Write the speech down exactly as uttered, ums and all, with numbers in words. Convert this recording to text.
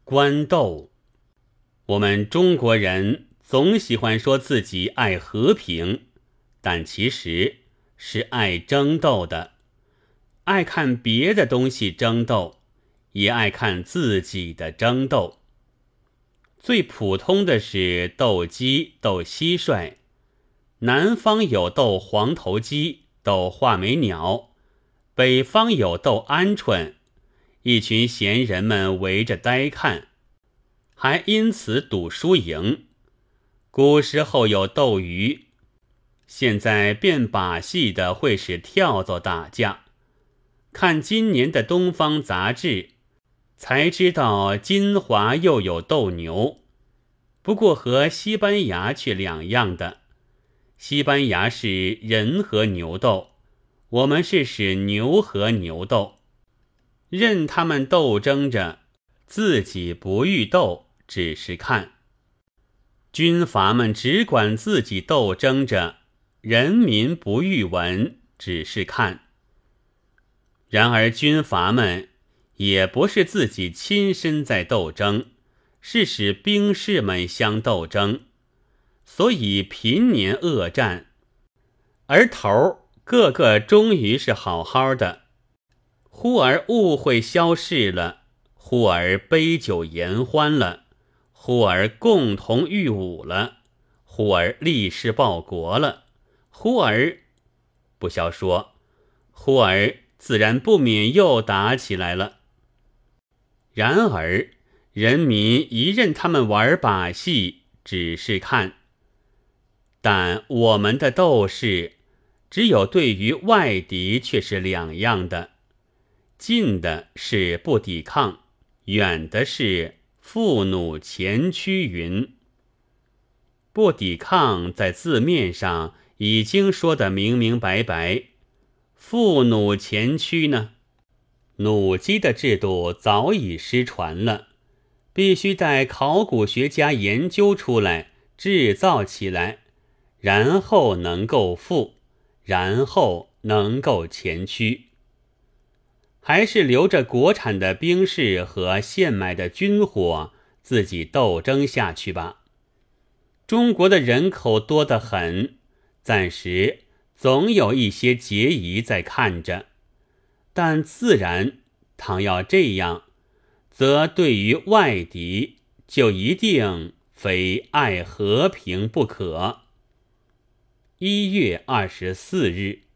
官斗。我们中国人总喜欢说自己爱和平，但其实是爱争斗的，爱看别的东西争斗，也爱看自己的争斗。最普通的是斗鸡、斗蟋蟀，南方有斗黄头鸡、斗画眉鸟，北方有斗鹌鹑，一群闲人们围着呆看，还因此赌输赢。古时候有斗鱼，现在变把戏的会是跳蚤打架。看今年的东方杂志，才知道金华又有斗牛，不过和西班牙却两样的。西班牙是人和牛斗，我们是使牛和牛斗，任他们斗争着，自己不欲斗，只是看。军阀们只管自己斗争着，人民不欲闻，只是看。然而军阀们也不是自己亲身在斗争，是使兵士们相斗争，所以频年恶战，而头个个终于是好好的，忽而误会消逝了，忽而杯酒言欢了，忽而共同御武了，忽而立誓报国了，忽而不消说，忽而自然不免又打起来了。然而人民一任他们玩把戏，只是看。但我们的斗士只有对于外敌却是两样的，近的是不抵抗，远的是负弩前驱云。不抵抗在字面上已经说得明明白白，负弩前驱呢？弩机的制度早已失传了，必须待考古学家研究出来，制造起来，然后能够负，然后能够前驱。还是留着国产的兵士和现买的军火自己斗争下去吧。中国的人口多得很，暂时总有一些结疑在看着，但自然倘要这样，则对于外敌就一定非爱和平不可。一月二十四日。